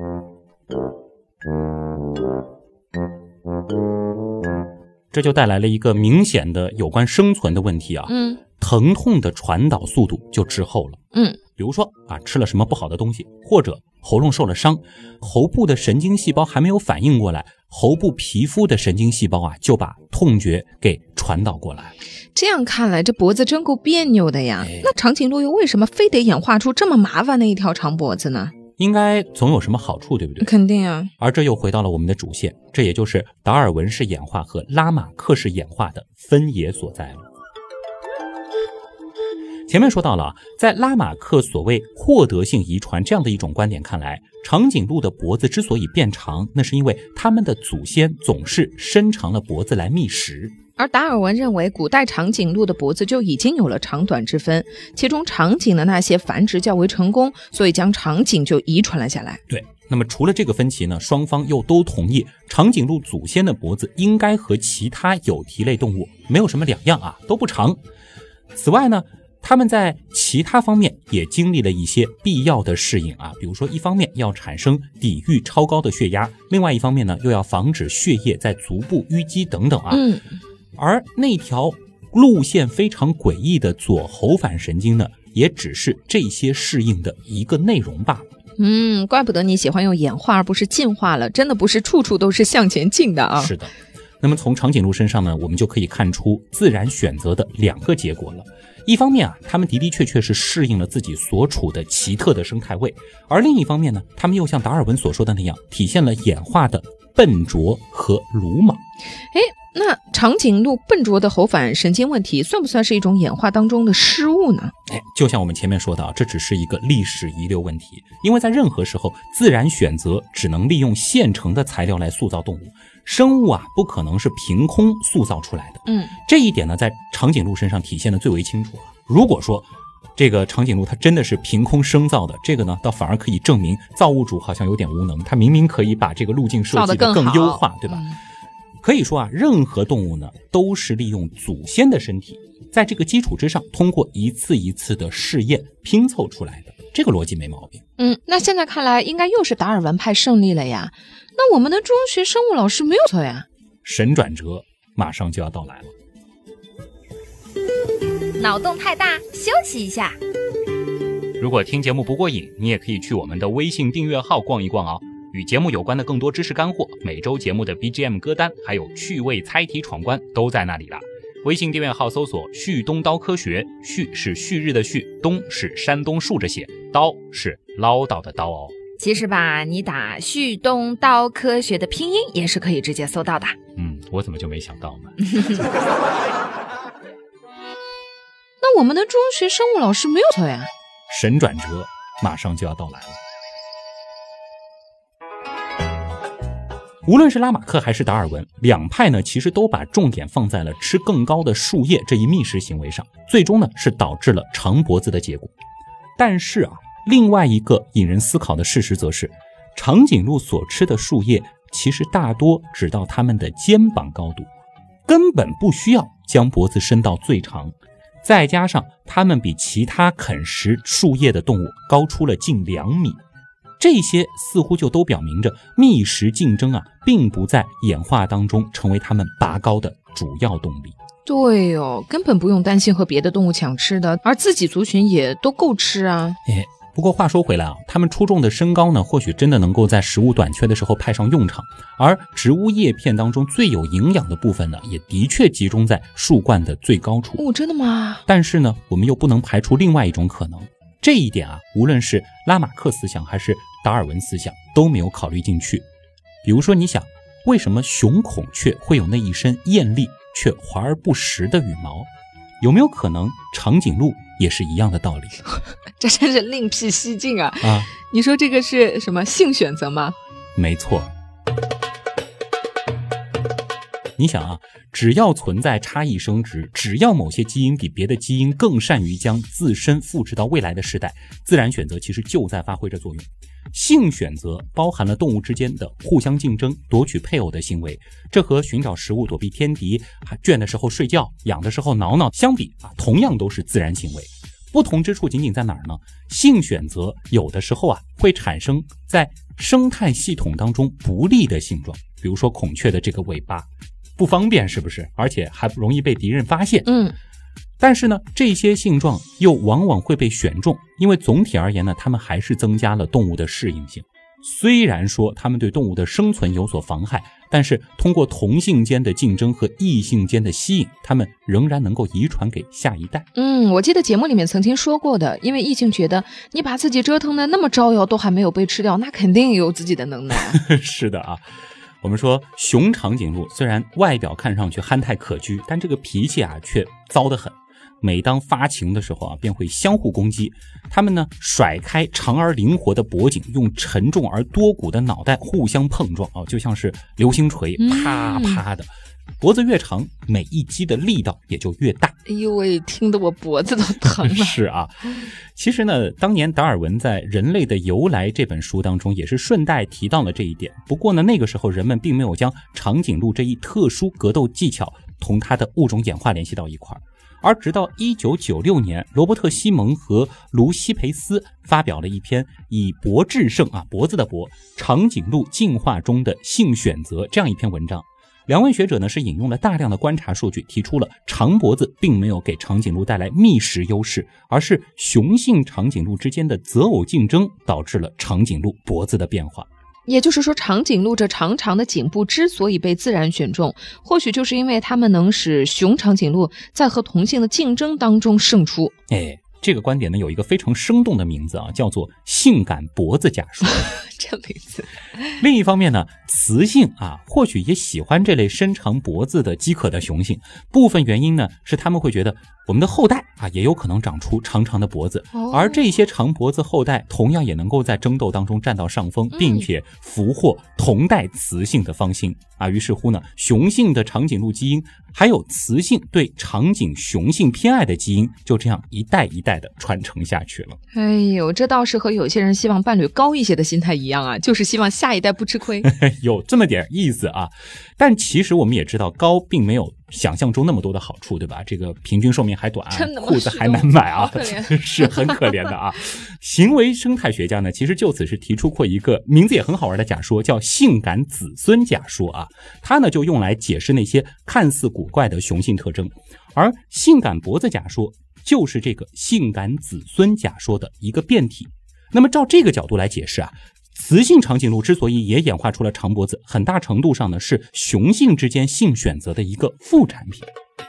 这就带来了一个明显的有关生存的问题啊，嗯，疼痛的传导速度就滞后了，嗯，比如说啊，吃了什么不好的东西，或者喉咙受了伤，喉部的神经细胞还没有反应过来，喉部皮肤的神经细胞啊就把痛觉给传导过来。 这样看来，这脖子真够别扭的呀。哎，那长颈鹿又为什么非得演化出这么麻烦的一条长脖子呢？ 应该总有什么好处，对不对？ 肯定啊。 而这又回到了我们的主线，这也就是达尔文式演化和拉马克式演化的分野所在了。前面说到了，在拉马克所谓获得性遗传这样的一种观点看来，长颈鹿的脖子之所以变长，那是因为它们的祖先总是伸长了脖子来觅食。 而达尔文认为，古代长颈鹿的脖子就已经有了长短之分，其中长颈的那些繁殖较为成功，所以将长颈就遗传了下来。 对，那么除了这个分歧呢，双方又都同意长颈鹿祖先的脖子应该和其他有蹄类动物没有什么两样啊，都不长。 此外呢，他们在其他方面也经历了一些必要的适应啊，比如说一方面要产生抵御超高的血压，另外一方面呢又要防止血液在足部淤积等等啊。 嗯， 而那条路线非常诡异的左喉返神经呢，也只是这些适应的一个内容罢了。 嗯，怪不得你喜欢用演化而不是进化了，真的不是处处都是向前进的啊。 是的。那么从长颈鹿身上呢，我们就可以看出自然选择的两个结果了。一方面啊，他们的的确确是适应了自己所处的奇特的生态位，而另一方面呢，他们又像达尔文所说的那样，体现了演化的笨拙和鲁莽。 诶，那长颈鹿笨拙的喉返神经问题算不算是一种演化当中的失误呢？ 哎，就像我们前面说的，这只是一个历史遗留问题，因为在任何时候，自然选择只能利用现成的材料来塑造动物，生物啊不可能是凭空塑造出来的。 嗯， 这一点呢，在长颈鹿身上体现的最为清楚啊。如果说这个长颈鹿它真的是凭空生造的，这个呢倒反而可以证明造物主好像有点无能，他明明可以把这个路径设计得更优化，对吧？ 嗯， 可以说啊，任何动物呢都是利用祖先的身体，在这个基础之上，通过一次一次的试验拼凑出来的，这个逻辑没毛病。 嗯，那现在看来应该又是达尔文派胜利了呀。那我们的中学生物老师没有错呀。 神转折马上就要到来了。 脑洞太大，休息一下。 如果听节目不过瘾，你也可以去我们的微信订阅号逛一逛哦。与节目有关的更多知识干货，每周节目的 B G M 歌单，还有趣味猜题闯关都在那里了。微信订阅号搜索旭东刀科学，旭是旭日的旭，东是山东竖着写，刀是唠叨的刀哦。 其实吧，你打旭东刀科学的拼音也是可以直接搜到的。 嗯，我怎么就没想到呢？ 那我们的中学生物老师没有错呀。 神转折马上就要到来了。无论是拉马克还是达尔文，两派呢其实都把重点放在了吃更高的树叶这一觅食行为上，最终呢是导致了长脖子的结果。但是啊，另外一个引人思考的事实则是，长颈鹿所吃的树叶其实大多只到它们的肩膀高度，根本不需要将脖子伸到最长，再加上它们比其他啃食树叶的动物高出了近两米。这些似乎就都表明着觅食竞争啊，并不在演化当中成为他们拔高的主要动力。 对哦，根本不用担心和别的动物抢吃的，而自己族群也都够吃啊。 哎，不过话说回来啊，他们出众的身高呢，或许真的能够在食物短缺的时候派上用场，而植物叶片当中最有营养的部分呢，也的确集中在树冠的最高处。 哦，真的吗？ 但是呢，我们又不能排除另外一种可能。这一点啊，无论是拉马克思想还是达尔文思想都没有考虑进去。比如说，你想，为什么雄孔雀会有那一身艳丽却华而不实的羽毛？有没有可能长颈鹿也是一样的道理？ 这真是另辟蹊径啊！ 啊， 你说这个是什么性选择吗？ 没错。你想啊，只要存在差异生殖，只要某些基因比别的基因更善于将自身复制到未来的时代，自然选择其实就在发挥着作用。性选择包含了动物之间的互相竞争、夺取配偶的行为，这和寻找食物、躲避天敌、倦的时候睡觉、痒的时候挠挠相比啊，同样都是自然行为。不同之处仅仅在哪儿呢？性选择有的时候啊，会产生在生态系统当中不利的性状，比如说孔雀的这个尾巴不方便，是不是？而且还容易被敌人发现。 嗯， 但是呢，这些性状又往往会被选中，因为总体而言呢，它们还是增加了动物的适应性。虽然说它们对动物的生存有所妨害，但是通过同性间的竞争和异性间的吸引，它们仍然能够遗传给下一代。 嗯，我记得节目里面曾经说过的，因为异性觉得你把自己折腾的那么招摇，都还没有被吃掉，那肯定有自己的能耐。 是的啊。我们说雄长颈鹿虽然外表看上去憨态可掬，但这个脾气啊却糟得很。每当发情的时候啊，便会相互攻击。它们呢甩开长而灵活的脖颈，用沉重而多骨的脑袋互相碰撞啊，就像是流星锤，啪啪的。嗯、脖子越长，每一击的力道也就越大。 哎呦喂，听得我脖子都疼了。 是啊，其实呢，当年达尔文在《人类的由来》这本书当中也是顺带提到了这一点。不过呢，那个时候人们并没有将长颈鹿这一特殊格斗技巧同它的物种演化联系到一块儿。而直到一九九六年，罗伯特·西蒙和卢西培斯发表了一篇以脖至圣啊脖子的脖长颈鹿进化中的性选择这样一篇文章。两位学者呢是引用了大量的观察数据，提出了长脖子并没有给长颈鹿带来觅食优势，而是雄性长颈鹿之间的择偶竞争导致了长颈鹿脖子的变化。 也就是说，长颈鹿这长长的颈部之所以被自然选中，或许就是因为它们能使雄长颈鹿在和同性的竞争当中胜出。 哎，这个观点呢有一个非常生动的名字啊，叫做性感脖子假说。 这名字。 另一方面呢，雌性啊或许也喜欢这类伸长脖子的饥渴的雄性，部分原因呢是他们会觉得我们的后代啊也有可能长出长长的脖子， 哦、 而这些长脖子后代同样也能够在争斗当中占到上风，并且俘获同代雌性的芳心、嗯、啊。于是乎呢，雄性的长颈鹿基因还有雌性对长颈雄性偏爱的基因就这样一代一代的传承下去了。 哎呦，这倒是和有些人希望伴侣高一些的心态一样啊，就是希望下一代不吃亏。 有这么点意思啊，但其实我们也知道高并没有想象中那么多的好处，对吧？这个平均寿命还短，裤子还难买啊，是很可怜的啊。行为生态学家呢，其实就此是提出过一个名字也很好玩的假说，叫性感子孙假说啊。它呢就用来解释那些看似古怪的雄性特征，而性感脖子假说就是这个性感子孙假说的一个变体。那么照这个角度来解释啊，雌性长颈鹿之所以也演化出了长脖子，很大程度上呢是雄性之间性选择的一个副产品。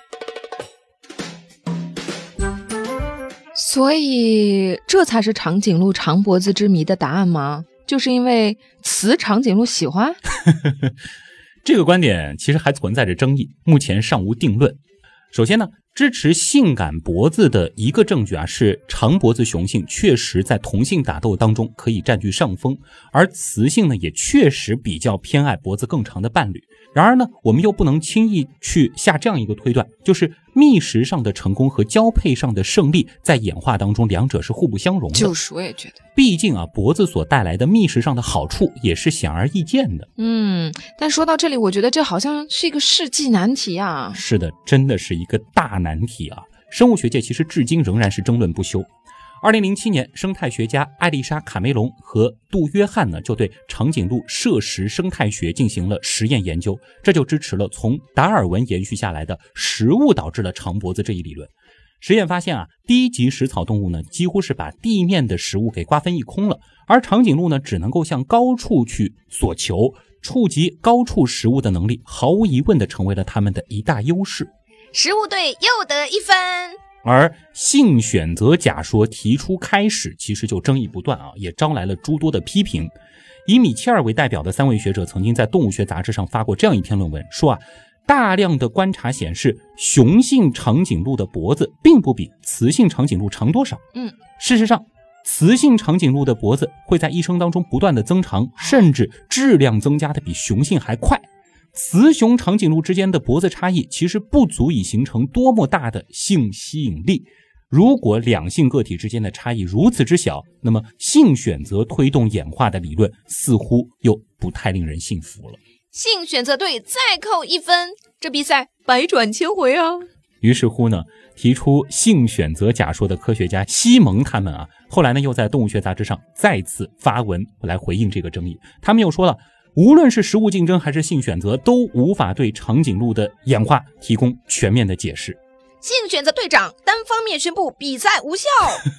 所以这才是长颈鹿长脖子之谜的答案吗？就是因为雌长颈鹿喜欢？ 这个观点其实还存在着争议，目前尚无定论。首先呢，支持性感脖子的一个证据啊，是长脖子雄性确实在同性打斗当中可以占据上风，而雌性呢也确实比较偏爱脖子更长的伴侣。然而呢，我们又不能轻易去下这样一个推断，就是觅食上的成功和交配上的胜利在演化当中两者是互不相容的。 就是我也觉得， 毕竟啊，脖子所带来的觅食上的好处也是显而易见的。 嗯，但说到这里，我觉得这好像是一个世纪难题啊。 是的，真的是一个大难题啊！生物学界其实至今仍然是争论不休。二零零七年，生态学家艾丽莎·卡梅隆和杜约翰呢，就对长颈鹿摄食生态学进行了实验研究，这就支持了从达尔文延续下来的食物导致了长脖子这一理论。实验发现啊，低级食草动物呢，几乎是把地面的食物给瓜分一空了，而长颈鹿呢，只能够向高处去索求，触及高处食物的能力，毫无疑问的成为了他们的一大优势。 食物对又得一分。 而性选择假说提出开始，其实就争议不断啊，也招来了诸多的批评。以米切尔为代表的三位学者曾经在动物学杂志上发过这样一篇论文，说啊，大量的观察显示，雄性长颈鹿的脖子并不比雌性长颈鹿长多少。 嗯， 事实上，雌性长颈鹿的脖子会在一生当中不断的增长，甚至质量增加的比雄性还快。雌雄长颈鹿之间的脖子差异其实不足以形成多么大的性吸引力。如果两性个体之间的差异如此之小，那么性选择推动演化的理论似乎又不太令人信服了。 性选择对再扣一分，这比赛百转千回啊！ 于是乎呢，提出性选择假说的科学家西蒙他们啊，后来呢又在动物学杂志上再次发文来回应这个争议。他们又说了，无论是食物竞争还是性选择，都无法对长颈鹿的演化提供全面的解释。 性选择队长单方面宣布比赛无效。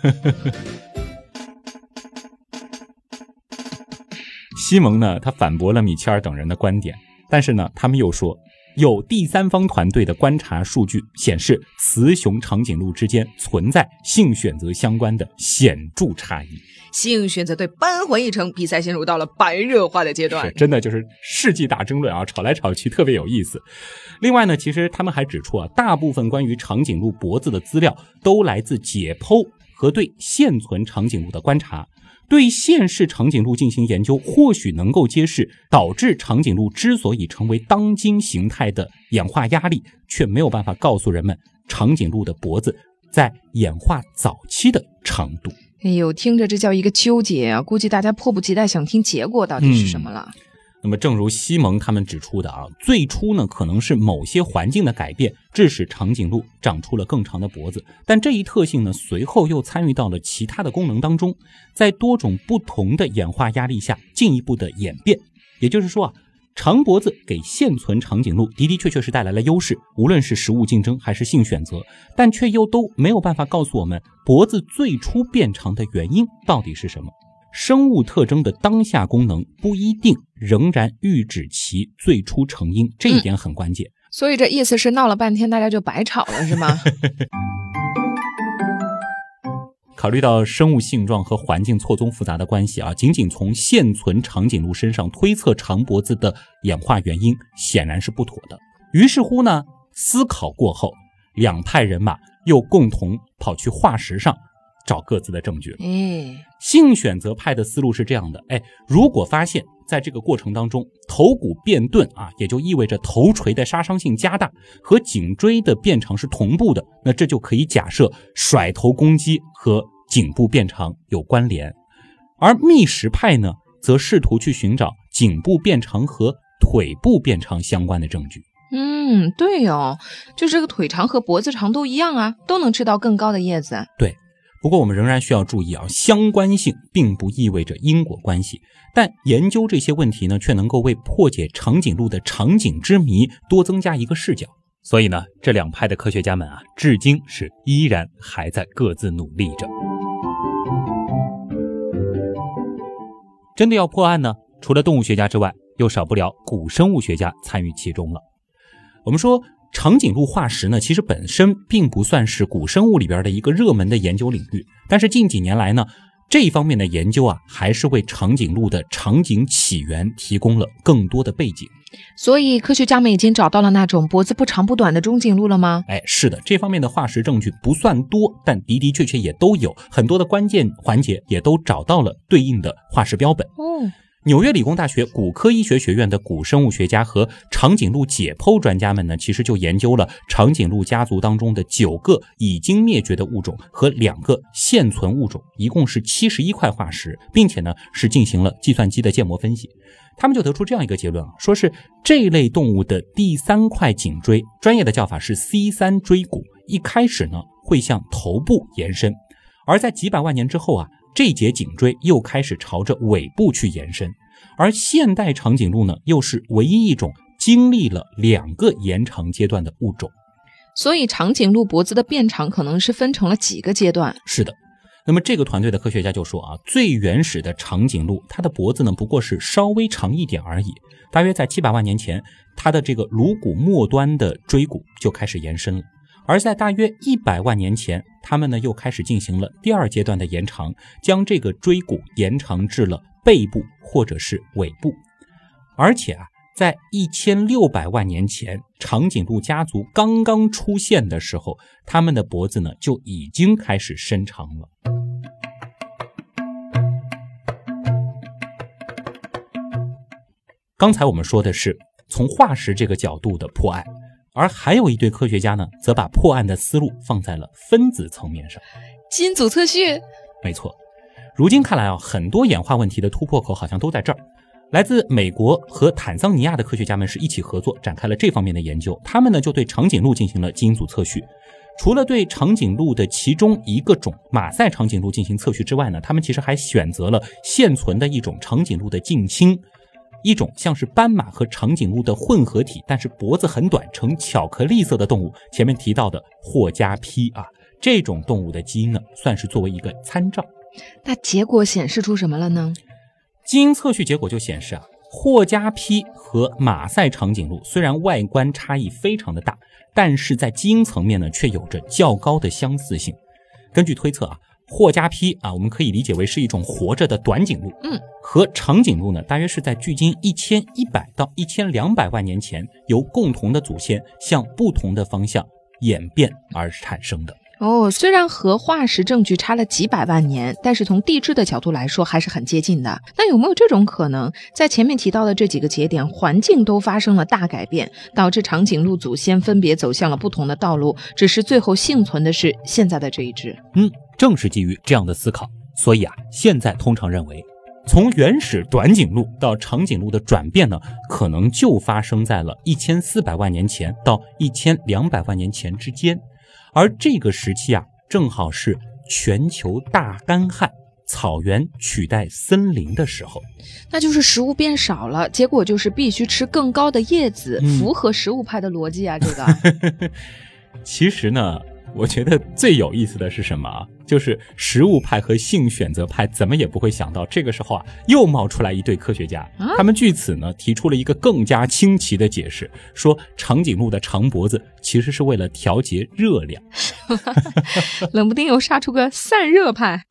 西蒙呢，他反驳了米切尔等人的观点，但是呢，他们又说，有第三方团队的观察数据显示，雌雄长颈鹿之间存在性选择相关的显著差异。 性选择队扳回一城，比赛陷入到了白热化的阶段， 真的就是世纪大争论啊，吵来吵去特别有意思。另外呢，其实他们还指出啊，大部分关于长颈鹿脖子的资料都来自解剖和对现存长颈鹿的观察。对现世长颈鹿进行研究，或许能够揭示导致长颈鹿之所以成为当今形态的演化压力，却没有办法告诉人们长颈鹿的脖子在演化早期的长度。 哎呦，听着这叫一个纠结啊！估计大家迫不及待想听结果到底是什么了。 嗯那么正如西蒙他们指出的啊，最初呢可能是某些环境的改变致使长颈鹿长出了更长的脖子，但这一特性呢随后又参与到了其他的功能当中，在多种不同的演化压力下进一步的演变。也就是说啊，长脖子给现存长颈鹿的的确确是带来了优势，无论是食物竞争还是性选择，但却又都没有办法告诉我们脖子最初变长的原因到底是什么。生物特征的当下功能不一定仍然预指其最初成因，这一点很关键。 嗯，所以这意思是闹了半天大家就白吵了是吗？ 考虑到生物性状和环境错综复杂的关系啊，仅仅从现存长颈鹿身上推测长脖子的演化原因显然是不妥的。于是乎呢，思考过后，两派人马又共同跑去化石上找各自的证据了。 哎， 性选择派的思路是这样的，哎，如果发现在这个过程当中头骨变钝啊，也就意味着头锤的杀伤性加大，和颈椎的变长是同步的，那这就可以假设甩头攻击和颈部变长有关联。而觅食派呢，则试图去寻找颈部变长和腿部变长相关的证据。 嗯，对哦，就这个腿长和脖子长都一样啊，都能吃到更高的叶子。 对，不过我们仍然需要注意啊，相关性并不意味着因果关系，但研究这些问题呢，却能够为破解长颈鹿的长颈之谜多增加一个视角。所以呢，这两派的科学家们啊，至今是依然还在各自努力着。真的要破案呢，除了动物学家之外，又少不了古生物学家参与其中了。我们说长颈鹿化石呢，其实本身并不算是古生物里边的一个热门的研究领域，但是近几年来呢，这一方面的研究啊，还是为长颈鹿的长颈起源提供了更多的背景。 所以科学家们已经找到了那种脖子不长不短的中颈鹿了吗？ 哎，是的，这方面的化石证据不算多，但的的确确也都有很多的关键环节，也都找到了对应的化石标本。 哦， 纽约理工大学骨科医学学院的古生物学家和长颈鹿解剖专家们呢，其实就研究了长颈鹿家族当中的九个已经灭绝的物种和两个现存物种，一共是七十一块化石，并且呢是进行了计算机的建模分析。他们就得出这样一个结论啊，说是这类动物的第三块颈椎，专业的叫法是 C 三 椎骨，一开始呢会向头部延伸，而在几百万年之后啊，这节颈椎又开始朝着尾部去延伸。而现代长颈鹿呢，又是唯一一种经历了两个延长阶段的物种。 所以长颈鹿脖子的变长可能是分成了几个阶段。 是的。那么这个团队的科学家就说啊，最原始的长颈鹿，它的脖子呢不过是稍微长一点而已，大约在七百万年前，它的这个颅骨末端的椎骨就开始延伸了。而在大约一百万年前，他们呢又开始进行了第二阶段的延长，将这个椎骨延长至了背部或者是尾部。而且啊，在一千六百万年前，长颈鹿家族刚刚出现的时候，他们的脖子呢就已经开始伸长了。刚才我们说的是从化石这个角度的破案，而还有一对科学家呢，则把破案的思路放在了分子层面上。 基因组测序？ 没错。如今看来啊，很多演化问题的突破口好像都在这儿。来自美国和坦桑尼亚的科学家们是一起合作展开了这方面的研究，他们呢就对长颈鹿进行了基因组测序。除了对长颈鹿的其中一个种马赛长颈鹿进行测序之外呢，他们其实还选择了现存的一种长颈鹿的近亲，一种像是斑马和长颈鹿的混合体，但是脖子很短呈巧克力色的动物，前面提到的霍加披啊，这种动物的基因呢算是作为一个参照。 那结果显示出什么了呢？ 基因测序结果就显示啊，霍加披和马赛长颈鹿虽然外观差异非常的大，但是在基因层面呢却有着较高的相似性。根据推测啊，霍加披啊，我们可以理解为是一种活着的短颈鹿， 嗯， 和长颈鹿呢，大约是在距今一千一百到一千两百万年前，由共同的祖先向不同的方向演变而产生的。 哦，虽然和化石证据差了几百万年，但是从地质的角度来说还是很接近的。那有没有这种可能，在前面提到的这几个节点，环境都发生了大改变，导致长颈鹿祖先分别走向了不同的道路，只是最后幸存的是现在的这一只？ 嗯，正是基于这样的思考，所以啊，现在通常认为从原始短颈鹿到长颈鹿的转变呢，可能就发生在了一千四百万年前到一千两百万年前之间。而这个时期啊，正好是全球大干旱，草原取代森林的时候。 那就是食物变少了，结果就是必须吃更高的叶子，嗯、符合食物派的逻辑啊，这个。 其实呢，我觉得最有意思的是什么啊？就是食物派和性选择派怎么也不会想到，这个时候啊，又冒出来一对科学家，啊、他们据此呢提出了一个更加清奇的解释，说长颈鹿的长脖子其实是为了调节热量。 冷不丁又杀出个散热派。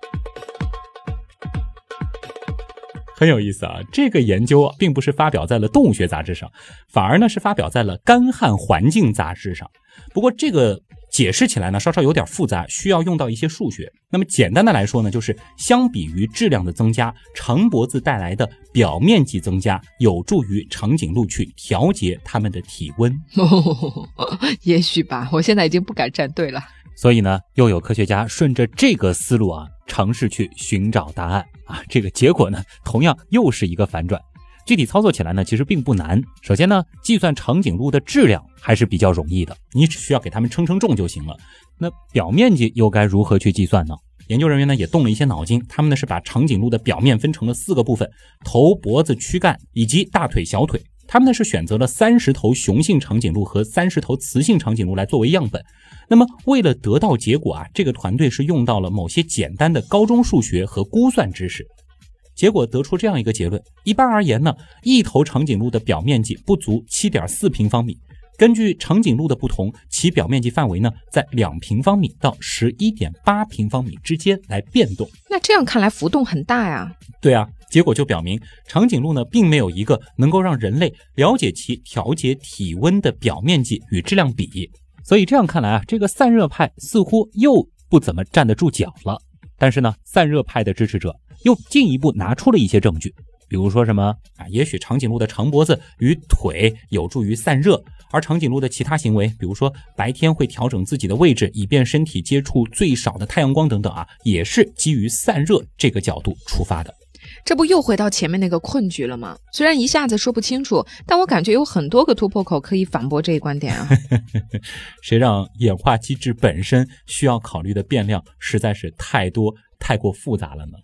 很有意思啊，这个研究并不是发表在了动物学杂志上，反而呢是发表在了干旱环境杂志上。不过这个解释起来呢稍稍有点复杂，需要用到一些数学。那么简单的来说呢，就是相比于质量的增加，长脖子带来的表面积增加有助于长颈鹿去调节它们的体温。 哦，也许吧，我现在已经不敢站队了。 所以呢，又有科学家顺着这个思路啊，尝试去寻找答案啊。这个结果呢，同样又是一个反转。具体操作起来呢，其实并不难。首先呢，计算长颈鹿的质量还是比较容易的，你只需要给它们称称重就行了。那表面积又该如何去计算呢？研究人员呢也动了一些脑筋，他们呢是把长颈鹿的表面分成了四个部分：头、脖子、躯干以及大腿、小腿。他们呢是选择了三十头雄性长颈鹿和三十头雌性长颈鹿来作为样本。那么为了得到结果啊，这个团队是用到了某些简单的高中数学和估算知识。结果得出这样一个结论，一般而言呢，一头长颈鹿的表面积不足 七点四平方米，根据长颈鹿的不同，其表面积范围呢在两平方米到 十一点八平方米之间来变动。 那这样看来浮动很大呀。 对啊，结果就表明长颈鹿呢并没有一个能够让人类了解其调节体温的表面积与质量比。所以这样看来啊，这个散热派似乎又不怎么站得住脚了。但是呢，散热派的支持者又进一步拿出了一些证据，比如说什么啊，也许长颈鹿的长脖子与腿有助于散热，而长颈鹿的其他行为，比如说白天会调整自己的位置，以便身体接触最少的太阳光等等啊，也是基于散热这个角度出发的。 这不又回到前面那个困局了吗？虽然一下子说不清楚，但我感觉有很多个突破口可以反驳这一观点啊。 谁让演化机制本身需要考虑的变量实在是太多太过复杂了呢？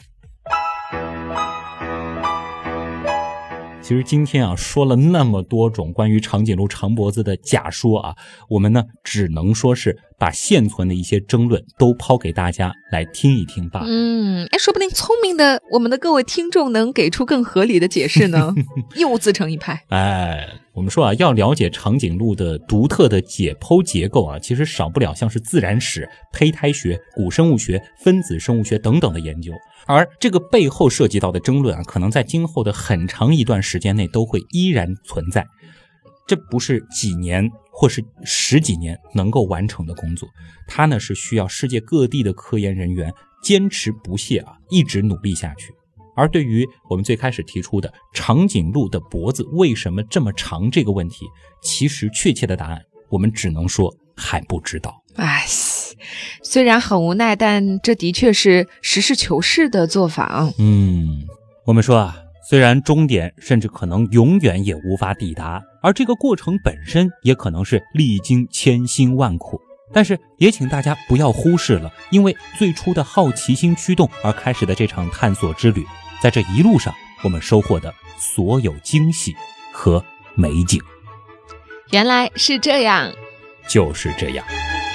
其实今天啊说了那么多种关于长颈鹿长脖子的假说啊，我们呢只能说是把现存的一些争论都抛给大家来听一听吧。 嗯，哎，说不定聪明的我们的各位听众能给出更合理的解释呢，又自成一派。 哎，我们说啊，要了解长颈鹿的独特的解剖结构啊，其实少不了像是自然史、胚胎学、古生物学、分子生物学等等的研究。而这个背后涉及到的争论啊，可能在今后的很长一段时间内都会依然存在。这不是几年或是十几年能够完成的工作，它呢是需要世界各地的科研人员坚持不懈啊，一直努力下去。而对于我们最开始提出的长颈鹿的脖子为什么这么长这个问题，其实确切的答案我们只能说还不知道。 哎，虽然很无奈，但这的确是实事求是的做法啊。 嗯，我们说啊，虽然终点甚至可能永远也无法抵达，而这个过程本身也可能是历经千辛万苦，但是也请大家不要忽视了，因为最初的好奇心驱动而开始的这场探索之旅，在这一路上我们收获的所有惊喜和美景。 原来是这样， 就是这样。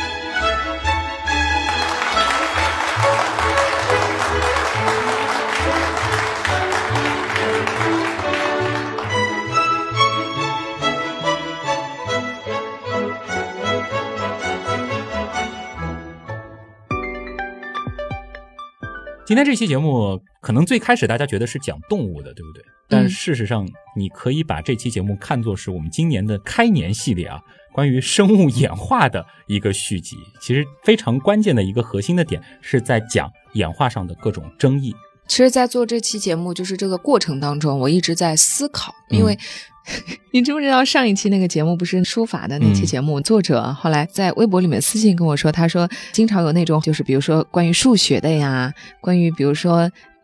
今天这期节目可能最开始大家觉得是讲动物的，对不对？但事实上你可以把这期节目看作是我们今年的开年系列啊，关于生物演化的一个续集。其实非常关键的一个核心的点是在讲演化上的各种争议。 其实在做这期节目就是这个过程当中，我一直在思考，因为、嗯、你知不知道上一期那个节目不是书法的那期节目、嗯、作者后来在微博里面私信跟我说，他说经常有那种就是比如说关于数学的呀，关于比如说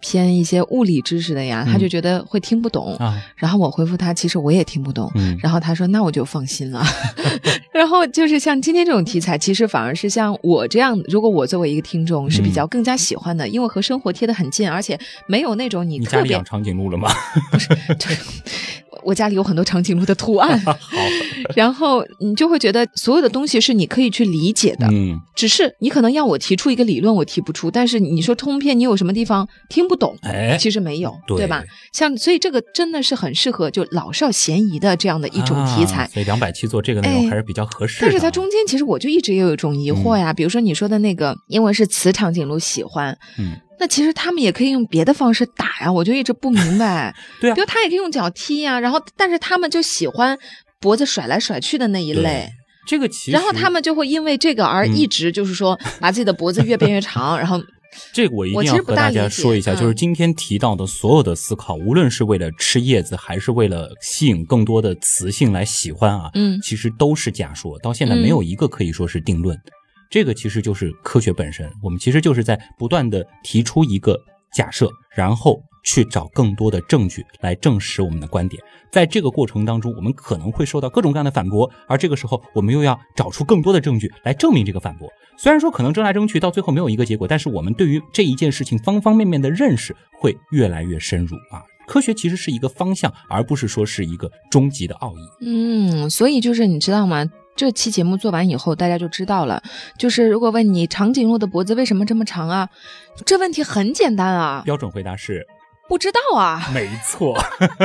偏一些物理知识的呀， 嗯、 他就觉得会听不懂、 啊、 然后我回复他其实我也听不懂、 嗯、 然后他说那我就放心了然后就是像今天这种题材，其实反而是像我这样，如果我作为一个听众是比较更加喜欢的、嗯、因为和生活贴得很近，而且没有那种你特别。 你家里养长颈鹿了吗？ 不是我家里有很多长颈鹿的图案好， 然后你就会觉得所有的东西是你可以去理解的， 嗯， 只是你可能要我提出一个理论我提不出，但是你说通篇你有什么地方听不懂， 哎， 其实没有， 对, 对吧？像所以这个真的是很适合就老少咸宜的这样的一种题材、 啊、所以两百期做这个内容还是比较合适的、 哎、但是它中间其实我就一直也有一种疑惑呀、嗯、比如说你说的那个因为是雌长颈鹿喜欢， 嗯， 那其实他们也可以用别的方式打呀，我就一直不明白。 对啊， 比如他也可以用脚踢呀，然后但是他们就喜欢脖子甩来甩去的那一类。 这个其实， 然后他们就会因为这个而一直就是说、嗯、把自己的脖子越变越长，然后这个我一定要和大家说一下，就是今天提到的所有的思考，无论是为了吃叶子，还是为了吸引更多的雌性来喜欢啊， 嗯， 其实都是假说，到现在没有一个可以说是定论。嗯，这个其实就是科学本身，我们其实就是在不断的提出一个假设，然后去找更多的证据来证实我们的观点。在这个过程当中，我们可能会受到各种各样的反驳，而这个时候我们又要找出更多的证据来证明这个反驳。虽然说可能争来争去到最后没有一个结果，但是我们对于这一件事情方方面面的认识会越来越深入啊。科学其实是一个方向，而不是说是一个终极的奥义。 嗯，所以就是你知道吗？这期节目做完以后大家就知道了，就是如果问你长颈鹿的脖子为什么这么长啊，这问题很简单啊， 标准回答是不知道啊。 没错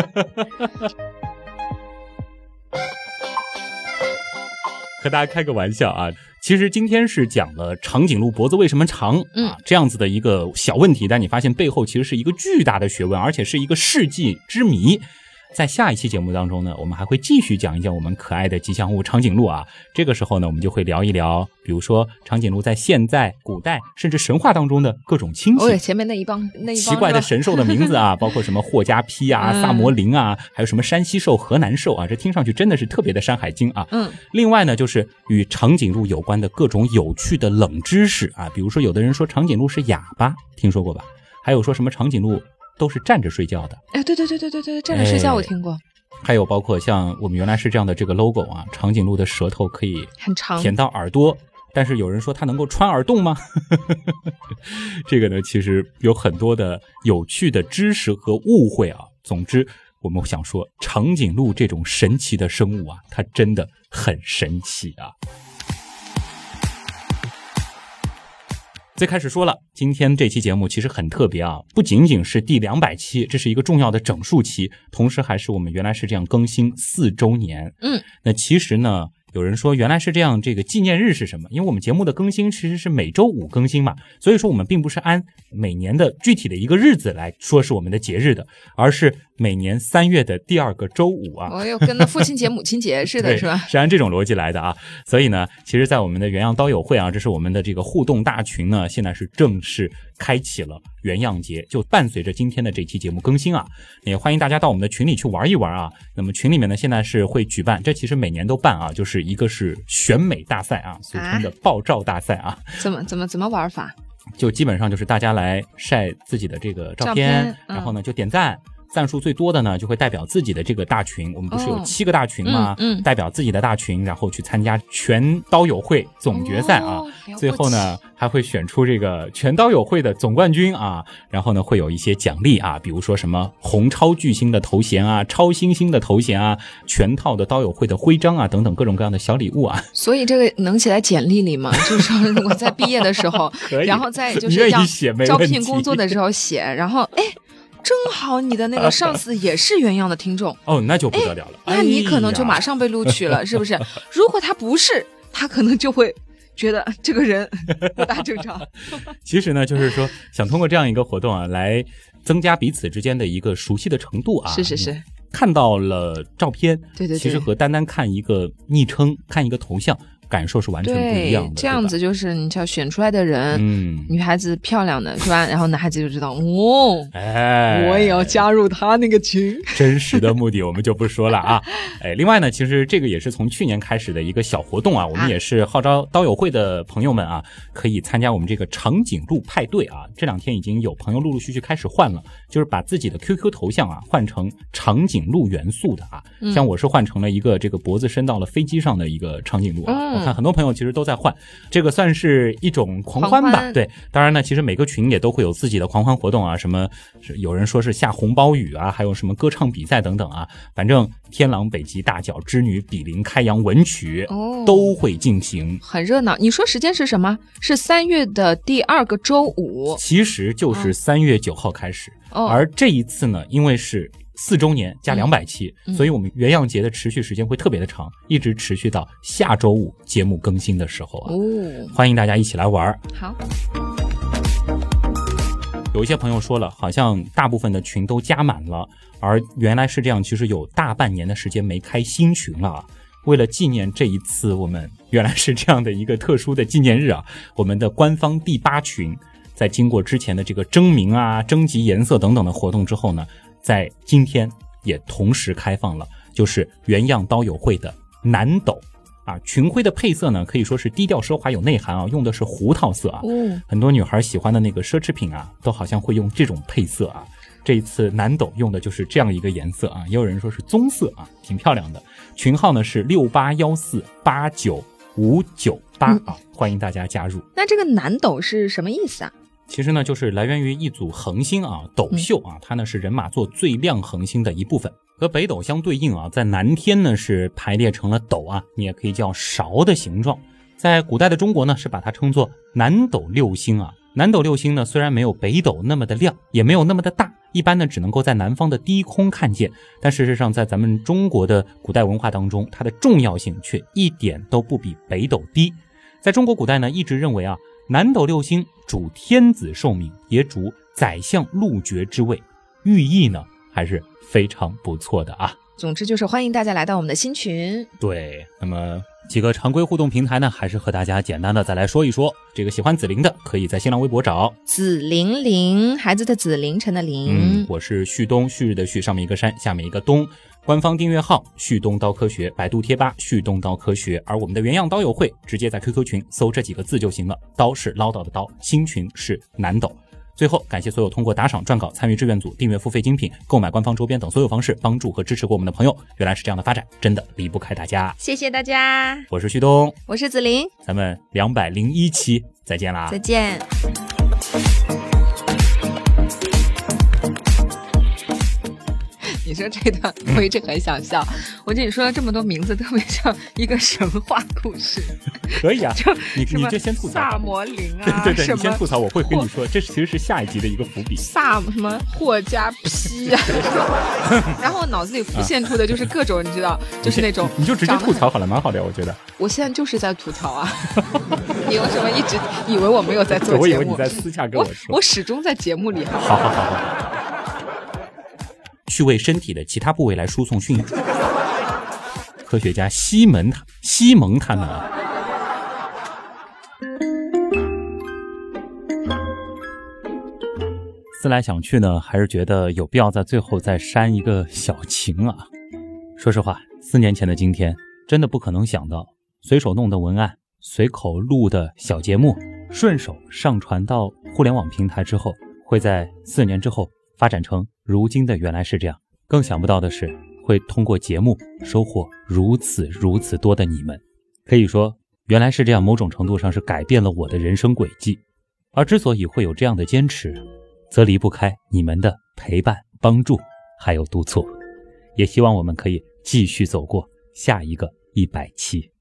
和大家开个玩笑啊，其实今天是讲了长颈鹿脖子为什么长、 嗯、 啊这样子的一个小问题，但你发现背后其实是一个巨大的学问，而且是一个世纪之谜。在下一期节目当中呢，我们还会继续讲一讲我们可爱的吉祥物长颈鹿啊。这个时候呢，我们就会聊一聊，比如说长颈鹿在现在、古代甚至神话当中的各种亲戚。 哦，前面那一帮那一帮奇怪的神兽的名字啊，包括什么霍加披啊、萨摩林啊，还有什么山西兽、河南兽啊，这听上去真的是特别的山海经啊。 嗯。 另外呢，就是与长颈鹿有关的各种有趣的冷知识啊，比如说有的人说长颈鹿是哑巴，听说过吧？还有说什么长颈鹿都是站着睡觉的。 哎，对对对对对对，站着睡觉我听过。 哎，还有包括像我们原来是这样的这个 logo 啊，长颈鹿的舌头可以很长， 舔到耳朵，但是有人说它能够穿耳洞吗？这个呢，其实有很多的有趣的知识和误会啊。总之，我们想说，长颈鹿这种神奇的生物啊，它真的很神奇啊。最开始说了，今天这期节目其实很特别啊，不仅仅是第两百期，这是一个重要的整数期，同时还是我们原来是这样更新四周年。 嗯， 那其实呢，有人说原来是这样，这个纪念日是什么？因为我们节目的更新其实是每周五更新嘛，所以说我们并不是按每年的具体的一个日子来说是我们的节日的，而是每年三月的第二个周五啊。 我又跟那父亲节母亲节似的是吧？ 是按这种逻辑来的啊。所以呢，其实在我们的原样刀友会啊，这是我们的这个互动大群呢，现在是正式开启了原样节，就伴随着今天的这期节目更新啊，也欢迎大家到我们的群里去玩一玩啊。那么群里面呢，现在是会举办，这其实每年都办啊，就是一个是选美大赛啊，俗称的爆照大赛啊。 怎么怎么怎么玩法？ 就基本上就是大家来晒自己的这个照片， 照片嗯、然后呢就点赞。赞数最多的呢，就会代表自己的这个大群。我们不是有七个大群吗？ 哦、嗯, 嗯代表自己的大群，然后去参加全刀友会总决赛啊。 哦、 最后呢，还会选出这个全刀友会的总冠军啊。然后呢，会有一些奖励啊，比如说什么红超巨星的头衔啊、超新星的头衔啊、全套的刀友会的徽章啊等等各种各样的小礼物啊。 所以这个能写在简历里吗？就是说，如果在毕业的时候，然后在就是要招聘工作的时候写，然后哎。正好你的那个上司也是原样的听众哦，那就不得了了。 那你可能就马上被录取了，是不是？如果他不是，他可能就会觉得这个人不大正常。 其实呢，就是说想通过这样一个活动啊，来增加彼此之间的一个熟悉的程度啊。 是是是。 看到了照片， 对对对， 其实和单单看一个昵称、看一个头像感受是完全不一样的。 这样子就是你要选出来的人，嗯，女孩子漂亮的是吧？然后男孩子就知道，哦，哎，我也要加入他那个群。 真实的目的我们就不说了啊。哎，另外呢，其实这个也是从去年开始的一个小活动啊，我们也是号召刀友会的朋友们啊，可以参加我们这个长颈鹿派对啊。这两天已经有朋友陆陆续续开始换了，就是把自己的 Q Q 头像啊换成长颈鹿元素的啊。嗯、像我是换成了一个这个脖子伸到了飞机上的一个长颈鹿啊。嗯、我看很多朋友其实都在换，这个算是一种狂欢吧。 狂欢对，当然呢，其实每个群也都会有自己的狂欢活动啊，什么有人说是下红包雨啊，还有什么歌唱比赛等等啊，反正天狼北极大角织女比邻开阳文曲、哦、都会进行， 很热闹。你说时间是什么？是三月的第二个周五， 其实就是三月九号开始、哦、而这一次呢，因为是四周年加两百期、嗯、所以我们元阳节的持续时间会特别的长，一直持续到下周五节目更新的时候啊、哦！欢迎大家一起来玩。 好， 有一些朋友说了，好像大部分的群都加满了，而原来是这样，其实有大半年的时间没开新群了啊。为了纪念这一次我们原来是这样的一个特殊的纪念日啊，我们的官方第八群在经过之前的这个征名啊、征集颜色等等的活动之后呢，在今天也同时开放了，就是原样刀友会的南斗啊，群徽的配色呢可以说是低调奢华有内涵啊，用的是胡桃色啊、嗯、很多女孩喜欢的那个奢侈品啊都好像会用这种配色啊。这一次南斗用的就是这样一个颜色啊，也有人说是棕色啊，挺漂亮的。群号呢是六八一四八九五九八啊，欢迎大家加入。 那这个南斗是什么意思啊？ 其实呢，就是来源于一组恒星啊，斗宿啊，它呢是人马座最亮恒星的一部分，和北斗相对应啊，在南天呢是排列成了斗啊，你也可以叫勺的形状。在古代的中国呢，是把它称作南斗六星啊。南斗六星呢，虽然没有北斗那么的亮，也没有那么的大，一般呢只能够在南方的低空看见，但事实上在咱们中国的古代文化当中，它的重要性却一点都不比北斗低。在中国古代呢，一直认为啊，南斗六星主天子受命，也主宰相陆爵之位，寓意呢还是非常不错的啊。 总之就是欢迎大家来到我们的新群。 对，那么几个常规互动平台呢，还是和大家简单的再来说一说。这个喜欢紫菱的可以在新浪微博找紫菱菱，孩子的紫，凌晨的凌。 嗯，我是旭东，旭日的旭，上面一个山，下面一个东。官方订阅号旭东刀科学，百度贴吧旭东刀科学，而我们的原样刀友会直接在 Q Q 群搜这几个字就行了，刀是唠叨的刀，新群是南斗。最后感谢所有通过打赏、撰稿、参与志愿组、订阅付费精品、购买官方周边等所有方式帮助和支持过我们的朋友。原来是这样的发展，真的离不开大家， 谢谢大家。 我是旭东， 我是紫菱， 咱们两百零一期再见啦， 再见。你说这段我一直很想笑，我觉得你说了这么多名字特别像一个神话故事。 可以啊， 就你你就先吐槽萨摩林啊， 对对对，你先吐槽，我会跟你说，这其实是下一集的一个伏笔。 萨什么霍加皮啊，然后我脑子里浮现出的就是各种，你知道，就是那种你就直接吐槽好了，蛮好的，我觉得。 我现在就是在吐槽啊，你为什么一直以为我没有在做节目？ 我以为你在私下跟我说， 我, 我始终在节目里。 好好好好。去为身体的其他部位来输送讯息。科学家西蒙他西蒙他们啊，思来想去呢，还是觉得有必要在最后再煽一个小情啊。说实话，四年前的今天，真的不可能想到，随手弄的文案，随口录的小节目，顺手上传到互联网平台之后，会在四年之后发展成如今的原来是这样。更想不到的是，会通过节目收获如此如此多的你们。可以说，原来是这样，某种程度上是改变了我的人生轨迹。而之所以会有这样的坚持，则离不开你们的陪伴、帮助还有督促。也希望我们可以继续走过下一个一百期。